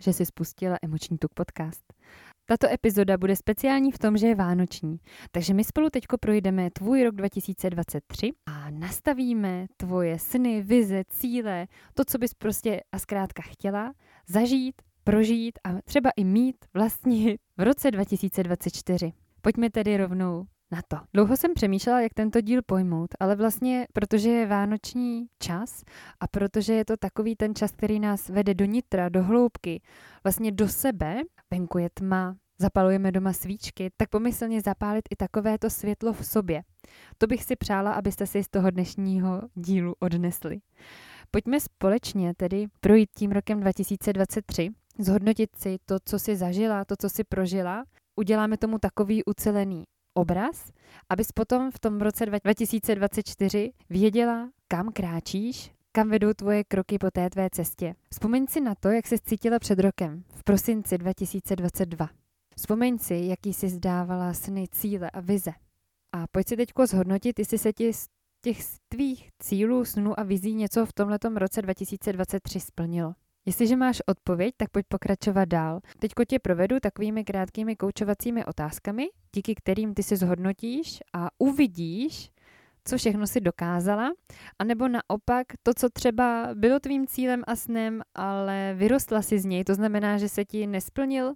že jsi spustila Emoční tuk podcast. Tato epizoda bude speciální v tom, že je vánoční, takže my spolu teďko projdeme tvůj rok 2023 a nastavíme tvoje sny, vize, cíle, to, co bys prostě a zkrátka chtěla zažít, prožít a třeba i mít vlastně v roce 2024. Pojďme tedy rovnou na to. Dlouho jsem přemýšlela, jak tento díl pojmout, ale vlastně, protože je vánoční čas a protože je to takový ten čas, který nás vede do nitra, do hloubky, vlastně do sebe, venku je tma, zapalujeme doma svíčky, tak pomyslně zapálit i takovéto světlo v sobě. To bych si přála, abyste si z toho dnešního dílu odnesli. Pojďme společně tedy projít tím rokem 2023, zhodnotit si to, co jsi zažila, to, co jsi prožila. Uděláme tomu takový ucelený obraz, abys potom v tom roce 2024 věděla, kam kráčíš, kam vedou tvoje kroky po té tvé cestě. Vzpomeň si na to, jak jsi cítila před rokem, v prosinci 2022. Vzpomeň si, jaký jsi zdávala sny, cíle a vize. A pojď si teďko zhodnotit, jestli se ti z těch tvých cílů, snů a vizí něco v tomhletom roce 2023 splnilo. Jestliže máš odpověď, tak pojď pokračovat dál. Teďko tě provedu takovými krátkými koučovacími otázkami, díky kterým ty si zhodnotíš a uvidíš, co všechno si dokázala, anebo naopak to, co třeba bylo tvým cílem a snem, ale vyrostla si z něj, to znamená, že se ti nesplnil,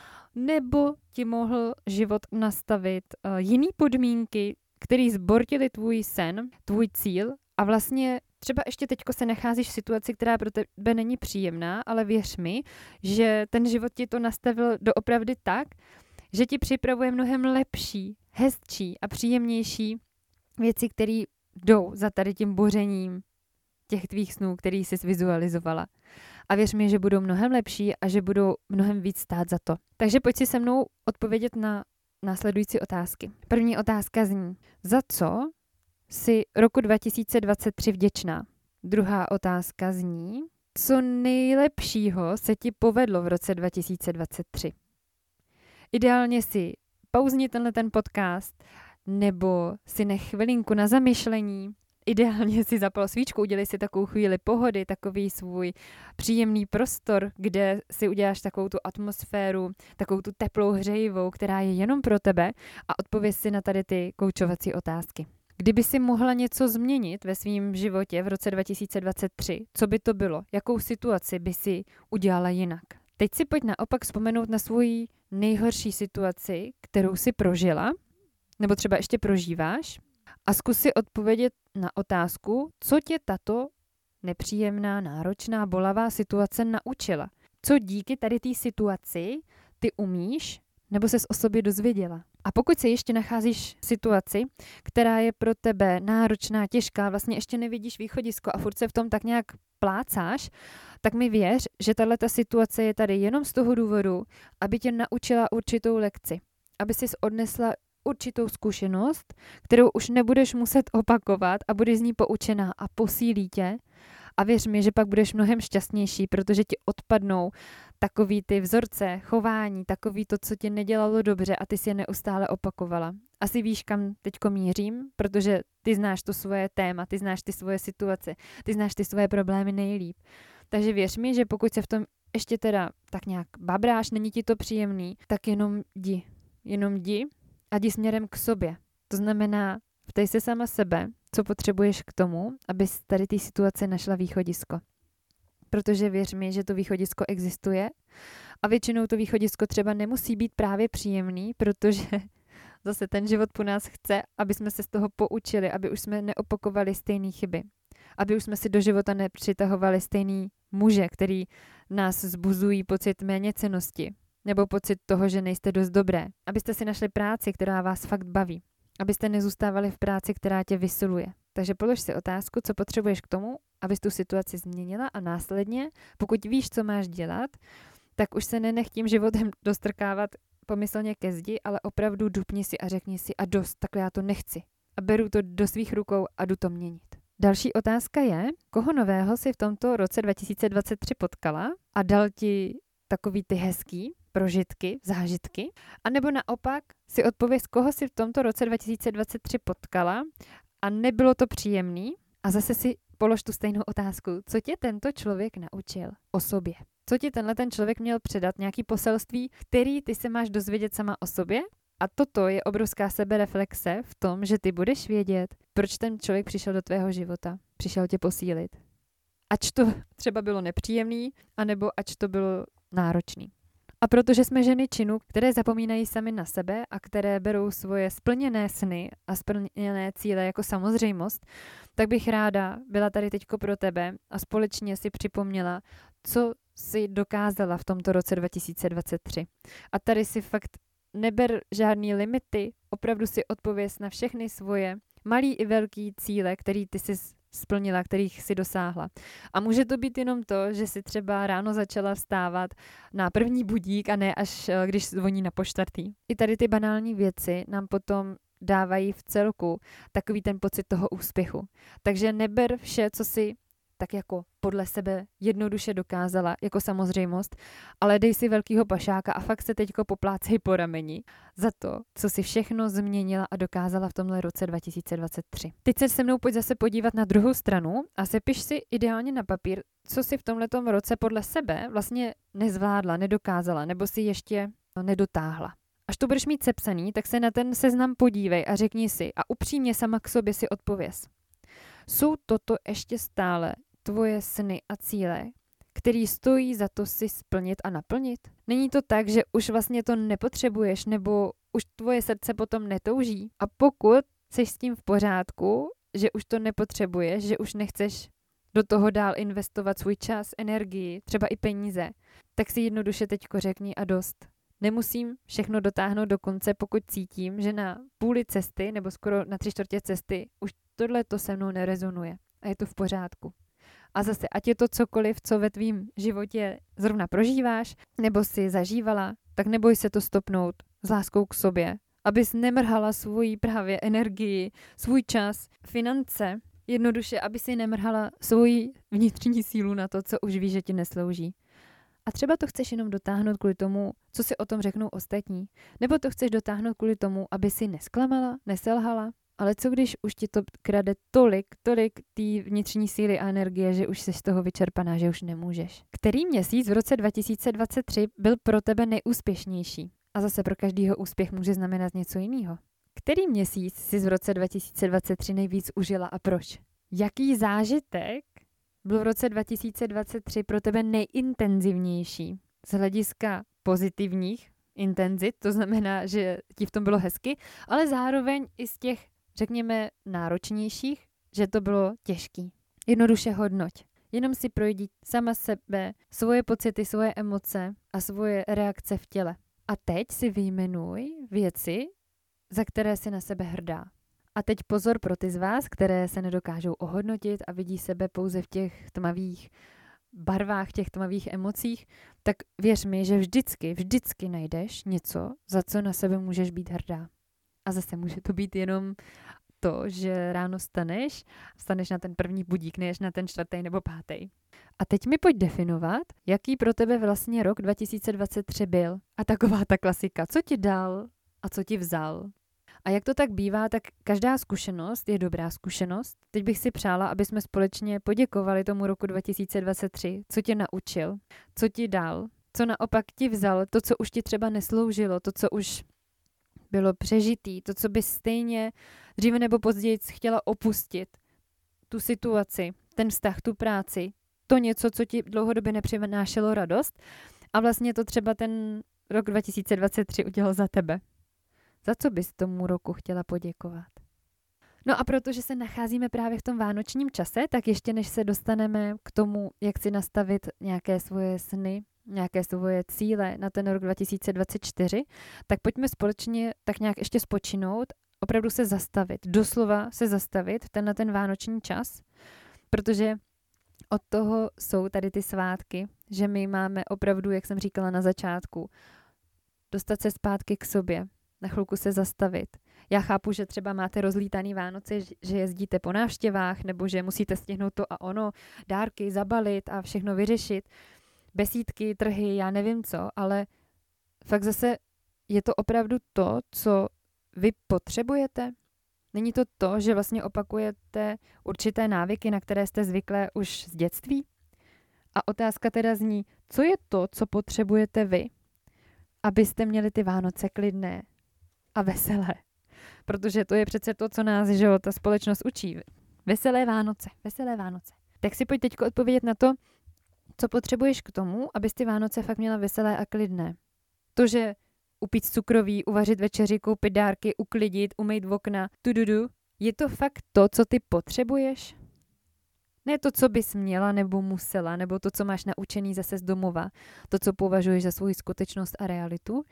nebo ti mohl život nastavit jiný podmínky, které zbortily tvůj sen, tvůj cíl a vlastně třeba ještě teďko se nacházíš v situaci, která pro tebe není příjemná, ale věř mi, že ten život ti to nastavil doopravdy tak, že ti připravuje mnohem lepší, hezčí a příjemnější věci, které jdou za tady tím bořením těch tvých snů, který jsi vizualizovala. A věř mi, že budou mnohem lepší a že budou mnohem víc stát za to. Takže pojď si se mnou odpovědět na následující otázky. První otázka zní, za co jsi roku 2023 vděčná? Druhá otázka zní, co nejlepšího se ti povedlo v roce 2023? Ideálně si pauzni ten podcast nebo si nech chvilinku na zamyšlení. Ideálně si zapal svíčku, udělej si takovou chvíli pohody, takový svůj příjemný prostor, kde si uděláš takovou tu atmosféru, takovou tu teplou hřejivou, která je jenom pro tebe a odpověz si na tady ty koučovací otázky. Kdyby si mohla něco změnit ve svém životě v roce 2023, co by to bylo? Jakou situaci by si udělala jinak? Teď si pojď naopak vzpomenout na svoji nejhorší situaci, kterou si prožila, nebo třeba ještě prožíváš, a zkus si odpovědět na otázku, co tě tato nepříjemná, náročná, bolavá situace naučila. Co díky tady té situaci ty umíš, nebo ses o sobě dozvěděla. A pokud se ještě nacházíš v situaci, která je pro tebe náročná, těžká, vlastně ještě nevidíš východisko a furt se v tom tak nějak plácáš, tak mi věř, že tahleta situace je tady jenom z toho důvodu, aby tě naučila určitou lekci. Aby jsi odnesla určitou zkušenost, kterou už nebudeš muset opakovat a budeš z ní poučená a posílí tě. A věř mi, že pak budeš mnohem šťastnější, protože ti odpadnou takový ty vzorce, chování, takový to, co tě nedělalo dobře a ty si je neustále opakovala. Asi víš, kam teďko mířím, protože ty znáš to svoje téma, ty znáš ty svoje situace, ty znáš ty svoje problémy nejlíp. Takže věř mi, že pokud se v tom ještě teda tak nějak babráš, není ti to příjemný, tak jenom jdi a jdi směrem k sobě. To znamená, ptej se sama sebe, co potřebuješ k tomu, abys tady té situace našla východisko. Protože věř mi, že to východisko existuje a většinou to východisko třeba nemusí být právě příjemný, protože zase ten život po nás chce, aby jsme se z toho poučili, aby už jsme neopakovali stejné chyby, aby už jsme si do života nepřitahovali stejný muže, který nás zbuzují pocit méněcennosti nebo pocit toho, že nejste dost dobré. Abyste si našli práci, která vás fakt baví. Abyste nezůstávali v práci, která tě vysiluje. Takže polož si otázku, co potřebuješ k tomu, abys tu situaci změnila a následně, pokud víš, co máš dělat, tak už se nenech tím životem dostrkávat pomyslně ke zdi, ale opravdu dupni si a řekni si a dost, takhle já to nechci. A beru to do svých rukou a jdu to měnit. Další otázka je, koho nového si v tomto roce 2023 potkala a dal ti takový ty hezký prožitky, zážitky, anebo naopak si odpověz, koho si v tomto roce 2023 potkala a nebylo to příjemný a zase si polož tu stejnou otázku. Co tě tento člověk naučil o sobě? Co ti tenhle ten člověk měl předat? Nějaký poselství, který ty se máš dozvědět sama o sobě? A toto je obrovská sebereflexe v tom, že ty budeš vědět, proč ten člověk přišel do tvého života. Přišel tě posílit. Ač to třeba bylo nepříjemný, anebo ač to bylo náročný. A protože jsme ženy činu, které zapomínají sami na sebe a které berou svoje splněné sny a splněné cíle jako samozřejmost, tak bych ráda byla tady teďko pro tebe a společně si připomněla, co si dokázala v tomto roce 2023. A tady si fakt neber žádný limity, opravdu si odpověz na všechny svoje malý i velký cíle, který ty si splnila, kterých si dosáhla. A může to být jenom to, že si třeba ráno začala vstávat na první budík a ne až když zvoní na poštvrtý. I tady ty banální věci nám potom dávají v celku takový ten pocit toho úspěchu. Takže neber vše, co si tak jako podle sebe jednoduše dokázala, jako samozřejmost, ale dej si velkýho pašáka a fakt se teďko poplácej po rameni za to, co si všechno změnila a dokázala v tomhle roce 2023. Teď se mnou pojď zase podívat na druhou stranu a sepiš si ideálně na papír, co si v tomhletom roce podle sebe vlastně nezvládla, nedokázala nebo si ještě nedotáhla. Až to budeš mít sepsaný, tak se na ten seznam podívej a řekni si a upřímně sama k sobě si odpověz. Jsou toto ještě stále tvoje sny a cíle, který stojí za to si splnit a naplnit? Není to tak, že už vlastně to nepotřebuješ nebo už tvoje srdce potom netouží? A pokud jsi s tím v pořádku, že už to nepotřebuješ, že už nechceš do toho dál investovat svůj čas, energii, třeba i peníze, tak si jednoduše teďko řekni a dost. Nemusím všechno dotáhnout do konce, pokud cítím, že na půli cesty nebo skoro na 3/4 cesty už tohle to se mnou nerezonuje a je to v pořádku. A zase, ať je to cokoliv, co ve tvým životě zrovna prožíváš, nebo si zažívala, tak neboj se to stopnout s láskou k sobě, abys nemrhala svoji právě energii, svůj čas, finance, jednoduše, aby si nemrhala svoji vnitřní sílu na to, co už víš, že ti neslouží. A třeba to chceš jenom dotáhnout kvůli tomu, co si o tom řeknou ostatní. Nebo to chceš dotáhnout kvůli tomu, aby si nesklamala, neselhala. Ale co když už ti to krade tolik té vnitřní síly a energie, že už jsi z toho vyčerpaná, že už nemůžeš. Který měsíc v roce 2023 byl pro tebe nejúspěšnější? A zase pro každýho úspěch může znamenat něco jiného. Který měsíc jsi v roce 2023 nejvíc užila a proč? Jaký zážitek byl v roce 2023 pro tebe nejintenzivnější z hlediska pozitivních intenzit, to znamená, že ti v tom bylo hezky, ale zároveň i z těch, řekněme, náročnějších, že to bylo těžký. Jednoduše hodnoť. Jenom si projdi sama sebe, svoje pocity, svoje emoce a svoje reakce v těle. A teď si vyjmenuj věci, za které jsi na sebe hrdá. A teď pozor pro ty z vás, které se nedokážou ohodnotit a vidí sebe pouze v těch tmavých barvách, těch tmavých emocích, tak věř mi, že vždycky najdeš něco, za co na sebe můžeš být hrdá. A zase může to být jenom to, že ráno staneš na ten první budík, než na ten 4. nebo 5. A teď mi pojď definovat, jaký pro tebe vlastně rok 2023 byl. A taková ta klasika, co ti dal a co ti vzal. A jak to tak bývá, tak každá zkušenost je dobrá zkušenost. Teď bych si přála, aby jsme společně poděkovali tomu roku 2023, co tě naučil, co ti dal, co naopak ti vzal, to, co už ti třeba nesloužilo, to, co už bylo přežitý, to, co bys stejně dříve nebo později chtěla opustit, tu situaci, ten vztah, tu práci, to něco, co ti dlouhodobě nepřinášelo radost a vlastně to třeba ten rok 2023 udělal za tebe. Za co bys tomu roku chtěla poděkovat? No a protože se nacházíme právě v tom vánočním čase, tak ještě než se dostaneme k tomu, jak si nastavit nějaké svoje sny, nějaké svoje cíle na ten rok 2024, tak pojďme společně tak nějak ještě spočinout, opravdu se zastavit, doslova se zastavit na ten vánoční čas, protože od toho jsou tady ty svátky, že my máme opravdu, jak jsem říkala na začátku, dostat se zpátky k sobě, na chvilku se zastavit. Já chápu, že třeba máte rozlítaný Vánoce, že jezdíte po návštěvách, nebo že musíte stihnout to a ono, dárky zabalit a všechno vyřešit, besídky, trhy, já nevím co, ale fakt zase je to opravdu to, co vy potřebujete. Není to to, že vlastně opakujete určité návyky, na které jste zvyklé už z dětství? A otázka teda zní, co je to, co potřebujete vy, abyste měli ty Vánoce klidné a veselé. Protože to je přece to, co nás, že jo, ta společnost učí. Veselé Vánoce, veselé Vánoce. Tak si pojď teďko odpovědět na to, co potřebuješ k tomu, abys ty Vánoce fakt měla veselé a klidné. To, že upít cukroví, uvařit večeři, koupit dárky, uklidit, umýt okna, je to fakt to, co ty potřebuješ? Ne to, co bys měla nebo musela, nebo to, co máš naučený zase z domova, to, co považuješ za svou skutečnost a realitu,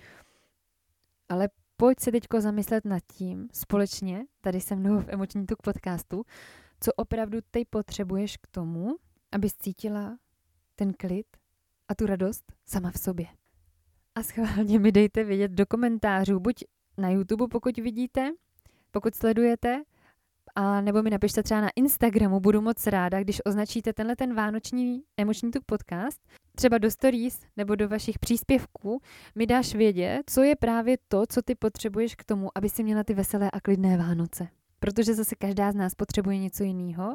ale pojď se teďko zamyslet nad tím společně, tady se mnou v Emoční tuk podcastu, co opravdu ty potřebuješ k tomu, abys cítila ten klid a tu radost sama v sobě. A schválně mi dejte vědět do komentářů, buď na YouTube, pokud vidíte, pokud sledujete, a nebo mi napište třeba na Instagramu, budu moc ráda, když označíte tenhle ten vánoční Emoční tuk podcast, třeba do stories nebo do vašich příspěvků mi dáš vědět, co je právě to, co ty potřebuješ k tomu, aby si měla ty veselé a klidné Vánoce. Protože zase každá z nás potřebuje něco jiného,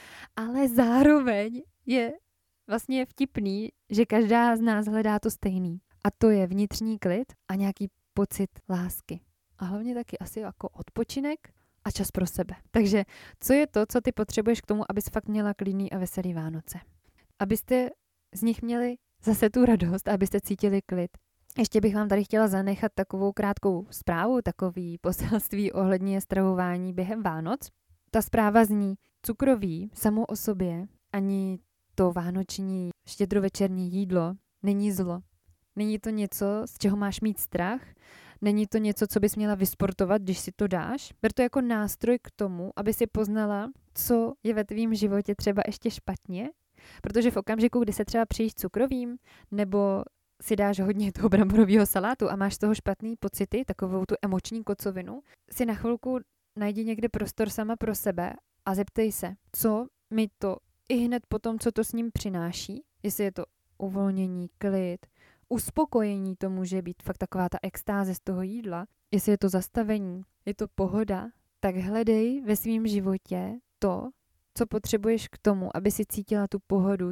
ale zároveň je vlastně vtipný, že každá z nás hledá to stejný. A to je vnitřní klid a nějaký pocit lásky. A hlavně taky asi jako odpočinek a čas pro sebe. Takže co je to, co ty potřebuješ k tomu, abys fakt měla klidný a veselý Vánoce? Abyste z nich měli zase tu radost a abyste cítili klid. Ještě bych vám tady chtěla zanechat takovou krátkou zprávu, takový poselství ohledně stravování během Vánoc. Ta zpráva zní, cukroví samo o sobě, ani to vánoční štědrovečerní jídlo není zlo. Není to něco, z čeho máš mít strach, není to něco, co bys měla vysportovat, když si to dáš. Ber to jako nástroj k tomu, aby si poznala, co je ve tvém životě třeba ještě špatně, protože v okamžiku, kdy se třeba přijíš cukrovým, nebo si dáš hodně toho bramborového salátu a máš z toho špatný pocity, takovou tu emoční kocovinu, si na chvilku najdi někde prostor sama pro sebe a zeptej se, co mi to i hned po tom, co to s ním přináší, jestli je to uvolnění, klid, uspokojení, to může být fakt taková ta extáze z toho jídla, jestli je to zastavení, je to pohoda, tak hledej ve svém životě to, co potřebuješ k tomu, aby si cítila tu pohodu,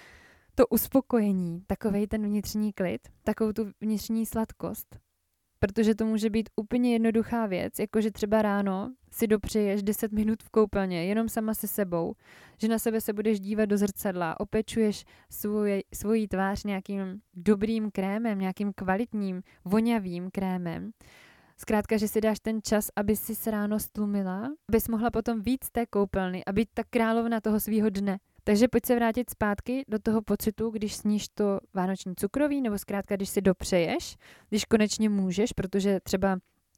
to uspokojení, takovej ten vnitřní klid, takovou tu vnitřní sladkost. Protože to může být úplně jednoduchá věc, jakože třeba ráno si dopřeješ 10 minut v koupelně, jenom sama se sebou, že na sebe se budeš dívat do zrcadla, opečuješ svoji tvář nějakým dobrým krémem, nějakým kvalitním, vonavým krémem. Zkrátka, že si dáš ten čas, aby si se ráno stlumila, abys mohla potom víc té koupelny a být ta královna toho svýho dne. Takže pojď se vrátit zpátky do toho pocitu, když sníš to vánoční cukroví, nebo zkrátka, když si dopřeješ, když konečně můžeš, protože třeba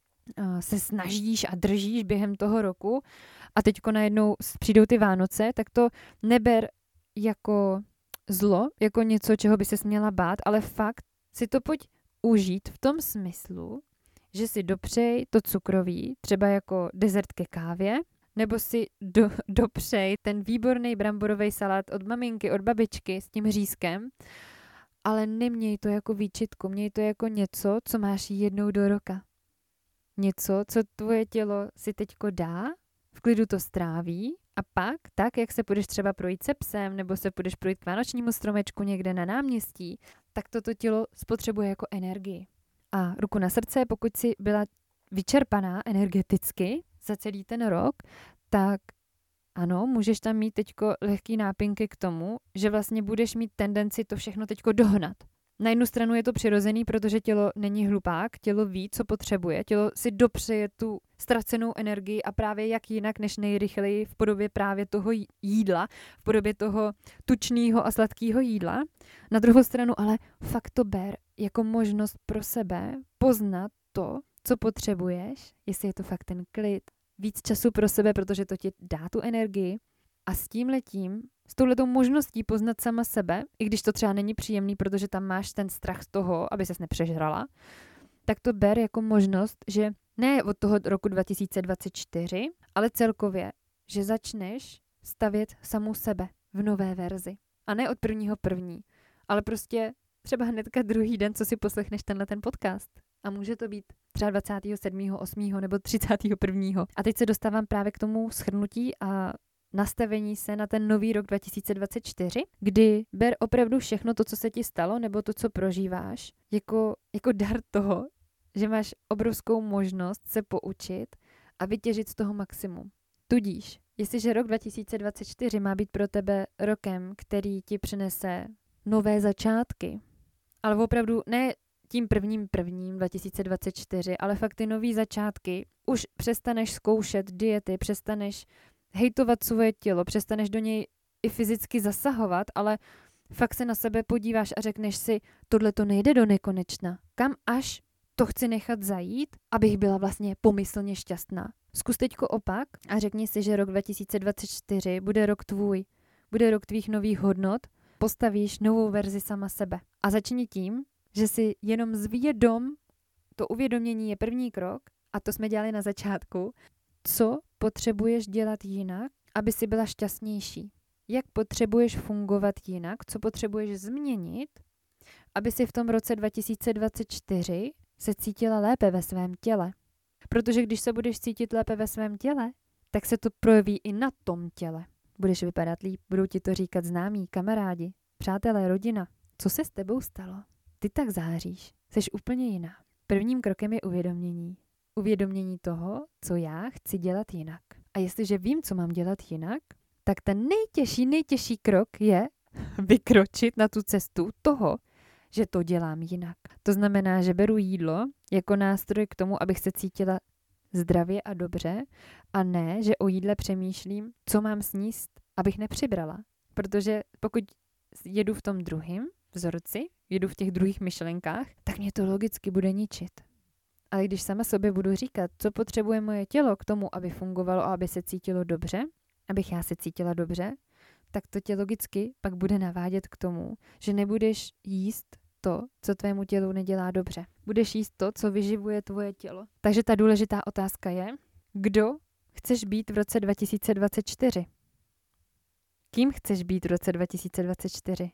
se snažíš a držíš během toho roku a teďko najednou přijdou ty Vánoce, tak to neber jako zlo, jako něco, čeho by ses měla bát, ale fakt si to pojď užít v tom smyslu, že si dopřej to cukroví, třeba jako dezert ke kávě, nebo si dopřej ten výborný bramborový salát od maminky, od babičky s tím řízkem, ale neměj to jako výčitku, měj to jako něco, co máš jednou do roka. Něco, co tvoje tělo si teďko dá, v klidu to stráví a pak, tak jak se půjdeš třeba projít se psem, nebo se půjdeš projít k vánočnímu stromečku někde na náměstí, tak toto tělo spotřebuje jako energii. A ruku na srdce, pokud si byla vyčerpaná energeticky za celý ten rok, tak ano, můžeš tam mít teďko lehký nápinky k tomu, že vlastně budeš mít tendenci to všechno teďko dohnat. Na jednu stranu je to přirozený, protože tělo není hlupák, tělo ví, co potřebuje, tělo si dopřeje tu ztracenou energii a právě jak jinak, než nejrychleji v podobě právě toho jídla, v podobě toho tučného a sladkého jídla. Na druhou stranu ale fakt to ber jako možnost pro sebe poznat to, co potřebuješ, jestli je to fakt ten klid, víc času pro sebe, protože to ti dá tu energii a s tímhletím, s touhletou možností poznat sama sebe, i když to třeba není příjemný, protože tam máš ten strach z toho, aby ses nepřežrala, tak to ber jako možnost, že ne od toho roku 2024, ale celkově, že začneš stavět samou sebe v nové verzi. A ne od 1.1., ale prostě třeba hnedka druhý den, co si poslechneš ten podcast. A může to být třeba 27., 8. nebo 31. A teď se dostávám právě k tomu shrnutí a nastavení se na ten nový rok 2024, kdy ber opravdu všechno to, co se ti stalo, nebo to, co prožíváš, jako dar toho, že máš obrovskou možnost se poučit a vytěžit z toho maximum. Tudíž, jestliže rok 2024 má být pro tebe rokem, který ti přinese nové začátky, ale opravdu ne tím prvním 2024, ale fakt ty nový začátky, už přestaneš zkoušet diety, přestaneš hejtovat svoje tělo, přestaneš do něj i fyzicky zasahovat, ale fakt se na sebe podíváš a řekneš si, tohle to nejde do nekonečna. Kam až to chci nechat zajít, abych byla vlastně pomyslně šťastná. Zkus teďko opak a řekni si, že rok 2024 bude rok tvůj, bude rok tvých nových hodnot, postavíš novou verzi sama sebe. A začni tím, že si jenom zvědom, to uvědomění je první krok, a to jsme dělali na začátku, co potřebuješ dělat jinak, aby si byla šťastnější. Jak potřebuješ fungovat jinak, co potřebuješ změnit, aby si v tom roce 2024 se cítila lépe ve svém těle. Protože když se budeš cítit lépe ve svém těle, tak se to projeví i na tom těle. Budeš vypadat líp, budou ti to říkat známí, kamarádi, přátelé, rodina. Co se s tebou stalo? Ty tak záříš, seš úplně jiná. Prvním krokem je uvědomění. Uvědomění toho, co já chci dělat jinak. A jestliže vím, co mám dělat jinak, tak ten nejtěžší krok je vykročit na tu cestu toho, že to dělám jinak. To znamená, že beru jídlo jako nástroj k tomu, abych se cítila zdravě a dobře, a ne, že o jídle přemýšlím, co mám sníst, abych nepřibrala. Protože pokud jedu v tom druhém vzorci, jedu v těch druhých myšlenkách, tak mě to logicky bude ničit. Ale když sama sobě budu říkat, co potřebuje moje tělo k tomu, aby fungovalo a aby se cítilo dobře, abych já se cítila dobře, tak to tě logicky pak bude navádět k tomu, že nebudeš jíst to, co tvému tělu nedělá dobře. Budeš jíst to, co vyživuje tvoje tělo. Takže ta důležitá otázka je, kdo chceš být v roce 2024? Kým chceš být v roce 2024?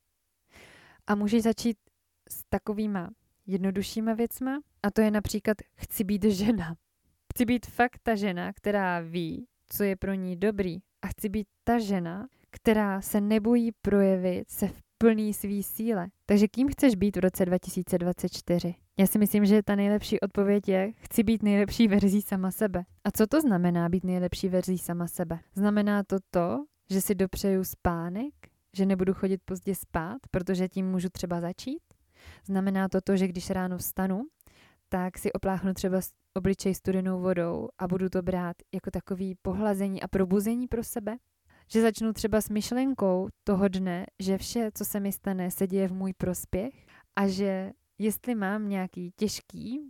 A můžeš začít s takovýma jednoduššíma věcma, a to je například chci být žena. Chci být fakt ta žena, která ví, co je pro ní dobrý. A chci být ta žena, která se nebojí projevit se v plný svý síle. Takže kým chceš být v roce 2024? Já si myslím, že ta nejlepší odpověď je, chci být nejlepší verzí sama sebe. A co to znamená být nejlepší verzí sama sebe? Znamená to, že si dopřeju spánek, že nebudu chodit pozdě spát, protože tím můžu třeba začít? Znamená to, že když ráno vstanu, tak si opláchnu třeba obličej studenou vodou a budu to brát jako takový pohlazení a probuzení pro sebe? Že začnu třeba s myšlenkou toho dne, že vše, co se mi stane, se děje v můj prospěch a že jestli mám nějaký těžký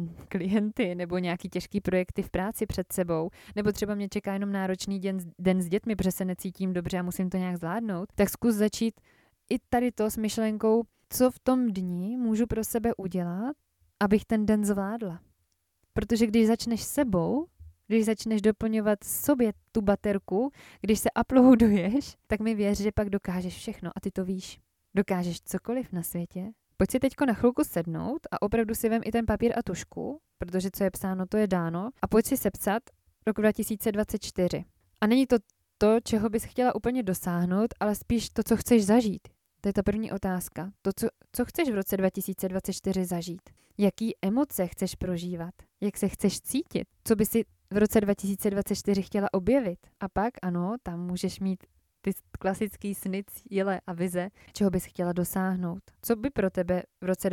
klienty nebo nějaký těžký projekty v práci před sebou, nebo třeba mě čeká jenom náročný den s dětmi, protože se necítím dobře a musím to nějak zvládnout, tak zkus začít i tady to s myšlenkou, co v tom dni můžu pro sebe udělat, abych ten den zvládla. Protože když začneš sebou, když začneš doplňovat sobě tu baterku, když se uploaduješ, tak mi věř, že pak dokážeš všechno a ty to víš. Dokážeš cokoliv na světě. Pojď si teďko na chvilku sednout a opravdu si vem i ten papír a tužku, protože co je psáno, to je dáno, a pojď si sepsat rok 2024. A není to, čeho bys chtěla úplně dosáhnout, ale spíš to, co chceš zažít. To je ta první otázka. To, co chceš v roce 2024 zažít? Jaký emoce chceš prožívat? Jak se chceš cítit? Co by si v roce 2024 chtěla objevit? A pak ano, tam můžeš mít ty klasický sny, cíle a vize, čeho bys chtěla dosáhnout. Co by pro tebe v roce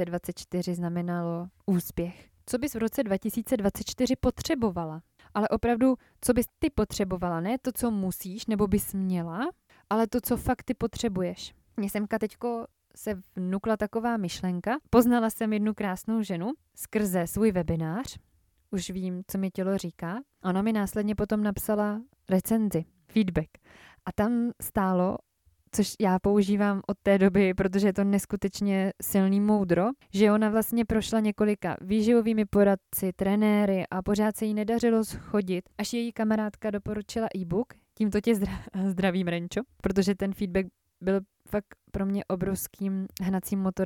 2024 znamenalo úspěch? Co bys v roce 2024 potřebovala? Ale opravdu, co bys ty potřebovala? Ne to, co musíš nebo bys měla, ale to, co fakt ty potřebuješ. Mně semka teďko se vnukla taková myšlenka. Poznala jsem jednu krásnou ženu skrze svůj webinář. Už vím, co mi tělo říká. Ona mi následně potom napsala recenzi, feedback. A tam stálo, což já používám od té doby, protože je to neskutečně silný moudro, že ona vlastně prošla několika výživovými poradci, trenéry a pořád se jí nedařilo schodit, až její kamarádka doporučila e-book. Tímto tě zdravím, Renčo, protože ten feedback byl fakt pro mě obrovským hnacím motorem v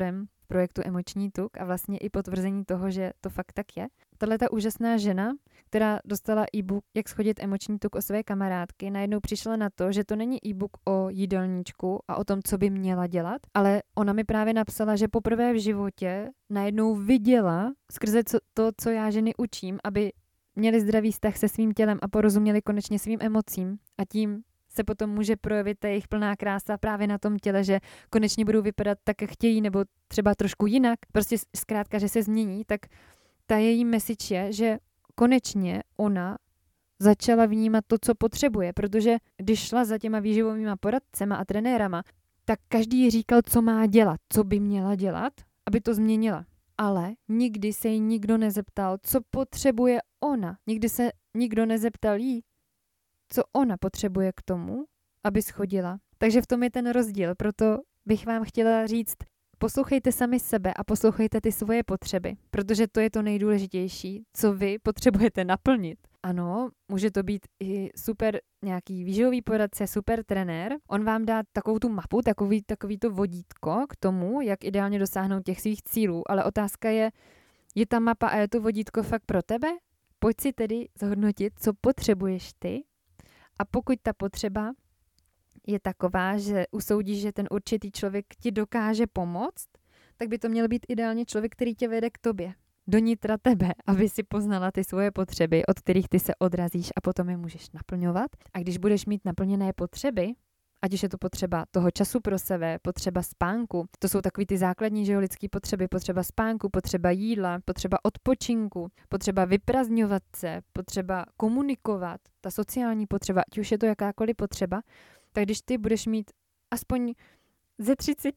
projektu Emoční tuk a vlastně i potvrzení toho, že to fakt tak je. Tahleta úžasná žena, která dostala e-book Jak schodit emoční tuk o své kamarádky, najednou přišla na to, že to není e-book o jídelníčku a o tom, co by měla dělat, ale ona mi právě napsala, že poprvé v životě najednou viděla skrze to, co já ženy učím, aby měli zdravý vztah se svým tělem a porozuměli konečně svým emocím a tím se potom může projevit ta jejich plná krása právě na tom těle, že konečně budou vypadat tak, jak chtějí, nebo třeba trošku jinak, prostě zkrátka, že se změní, tak ta její message je, že konečně ona začala vnímat to, co potřebuje, protože když šla za těma výživovýma poradcema a trenérama, tak každý říkal, co má dělat, co by měla dělat, aby to změnila. Ale nikdy se jí nikdo nezeptal, co potřebuje ona. Nikdy se nikdo nezeptal jí, co ona potřebuje k tomu, aby schodila. Takže v tom je ten rozdíl, proto bych vám chtěla říct, poslouchejte sami sebe a poslouchejte ty svoje potřeby, protože to je to nejdůležitější, co vy potřebujete naplnit. Ano, může to být i super nějaký výživový poradce, super trenér. On vám dá takovou tu mapu, takový to vodítko k tomu, jak ideálně dosáhnout těch svých cílů, ale otázka je ta mapa a je to vodítko fakt pro tebe? Pojď si tedy zhodnotit, co potřebuješ ty a pokud ta potřeba je taková, že usoudíš, že ten určitý člověk ti dokáže pomoct, tak by to měl být ideálně člověk, který tě vede k tobě, do nitra tebe, aby si poznala ty svoje potřeby, od kterých ty se odrazíš a potom je můžeš naplňovat. A když budeš mít naplněné potřeby, ať už je to potřeba toho času pro sebe, potřeba spánku, to jsou takový ty základní lidské potřeby, potřeba spánku, potřeba jídla, potřeba odpočinku, potřeba vyprazňovat se, potřeba komunikovat, ta sociální potřeba, ať už je to jakákoliv potřeba, tak když ty budeš mít aspoň ze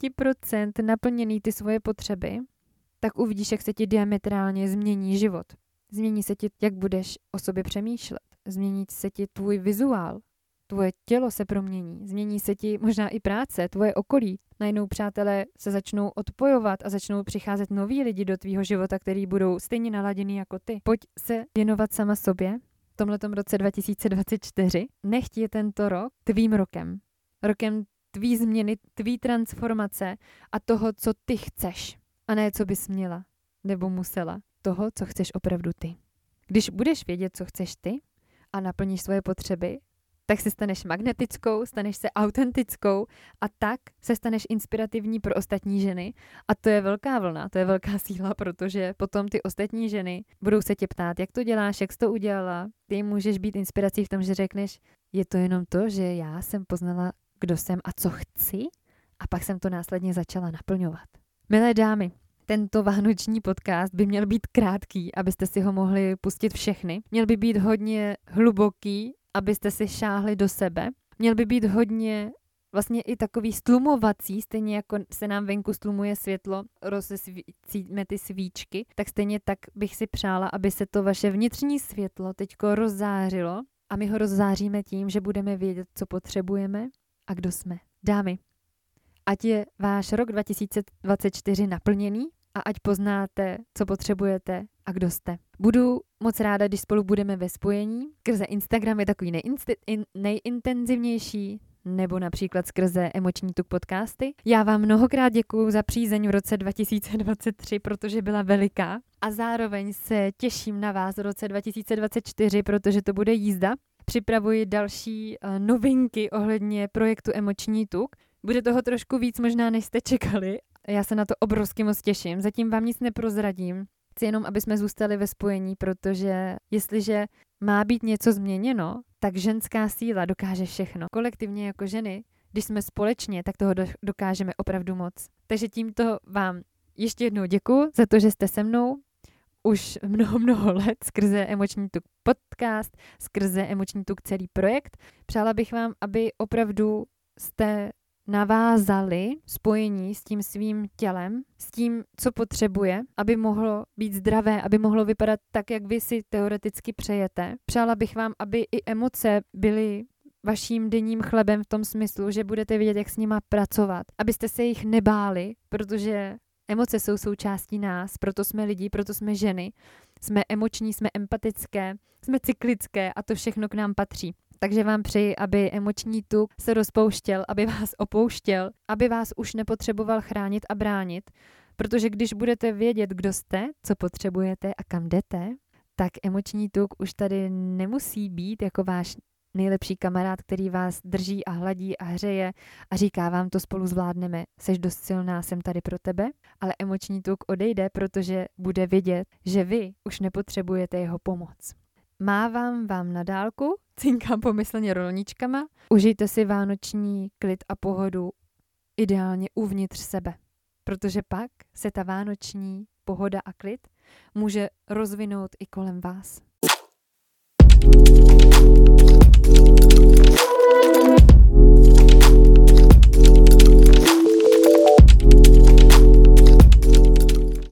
30% naplněný ty svoje potřeby, tak uvidíš, jak se ti diametrálně změní život. Změní se ti, jak budeš o sobě přemýšlet. Změní se ti tvůj vizuál. Tvoje tělo se promění. Změní se ti možná i práce, tvoje okolí. Najednou přátelé se začnou odpojovat a začnou přicházet noví lidi do tvýho života, který budou stejně naladěný jako ty. Pojď se věnovat sama sobě v tomhletom roce 2024. Nechť je tento rok tvým rokem. Rokem tvý změny, tvý transformace a toho, co ty chceš. A ne, co bys měla nebo musela. Toho, co chceš opravdu ty. Když budeš vědět, co chceš ty a naplníš svoje potřeby, tak se staneš magnetickou, staneš se autentickou a tak se staneš inspirativní pro ostatní ženy. A to je velká vlna, to je velká síla, protože potom ty ostatní ženy budou se tě ptát, jak to děláš, jak jsi to udělala. Ty můžeš být inspirací v tom, že řekneš, je to jenom to, že já jsem poznala, kdo jsem a co chci a pak jsem to následně začala naplňovat. Milé dámy, tento vánoční podcast by měl být krátký, abyste si ho mohli pustit všechny. Měl by být hodně hluboký, abyste si šáhli do sebe. Měl by být hodně vlastně i takový stlumovací, stejně jako se nám venku stlumuje světlo, rozsvítíme ty svíčky, tak stejně tak bych si přála, aby se to vaše vnitřní světlo teďko rozzářilo a my ho rozzáříme tím, že budeme vědět, co potřebujeme a kdo jsme. Dámy, ať je váš rok 2024 naplněný a ať poznáte, co potřebujete a kdo jste. Budu moc ráda, když spolu budeme ve spojení. Skrze Instagram je takový nejintenzivnější, nebo například skrze Emoční tuk podcasty. Já vám mnohokrát děkuju za přízeň v roce 2023, protože byla veliká. A zároveň se těším na vás v roce 2024, protože to bude jízda. Připravuji další novinky ohledně projektu Emoční tuk. Bude toho trošku víc možná, než jste čekali. Já se na to obrovsky moc těším. Zatím vám nic neprozradím. Chci jenom, aby jsme zůstali ve spojení, protože jestliže má být něco změněno, tak ženská síla dokáže všechno. Kolektivně jako ženy, když jsme společně, tak toho dokážeme opravdu moc. Takže tímto vám ještě jednou děkuju za to, že jste se mnou už mnoho let skrze Emoční tuk podcast, skrze Emoční tuk celý projekt. Přála bych vám, aby opravdu jste navázali spojení s tím svým tělem, s tím, co potřebuje, aby mohlo být zdravé, aby mohlo vypadat tak, jak vy si teoreticky přejete. Přála bych vám, aby i emoce byly vaším denním chlebem v tom smyslu, že budete vědět, jak s nima pracovat, abyste se jich nebáli, protože emoce jsou součástí nás, proto jsme lidi, proto jsme ženy, jsme emoční, jsme empatické, jsme cyklické a to všechno k nám patří. Takže vám přeji, aby emoční tuk se rozpouštěl, aby vás opouštěl, aby vás už nepotřeboval chránit a bránit, Protože když budete vědět, kdo jste, co potřebujete a kam jdete, tak emoční tuk už tady nemusí být jako váš nejlepší kamarád, který vás drží a hladí a hřeje a říká vám to spolu zvládneme, seš dost silná, jsem tady pro tebe, ale emoční tuk odejde, protože bude vědět, že vy už nepotřebujete jeho pomoc. Mávám vám na dálku, cinkám pomyslně rolničkama, užijte si vánoční klid a pohodu ideálně uvnitř sebe, protože pak se ta vánoční pohoda a klid může rozvinout i kolem vás.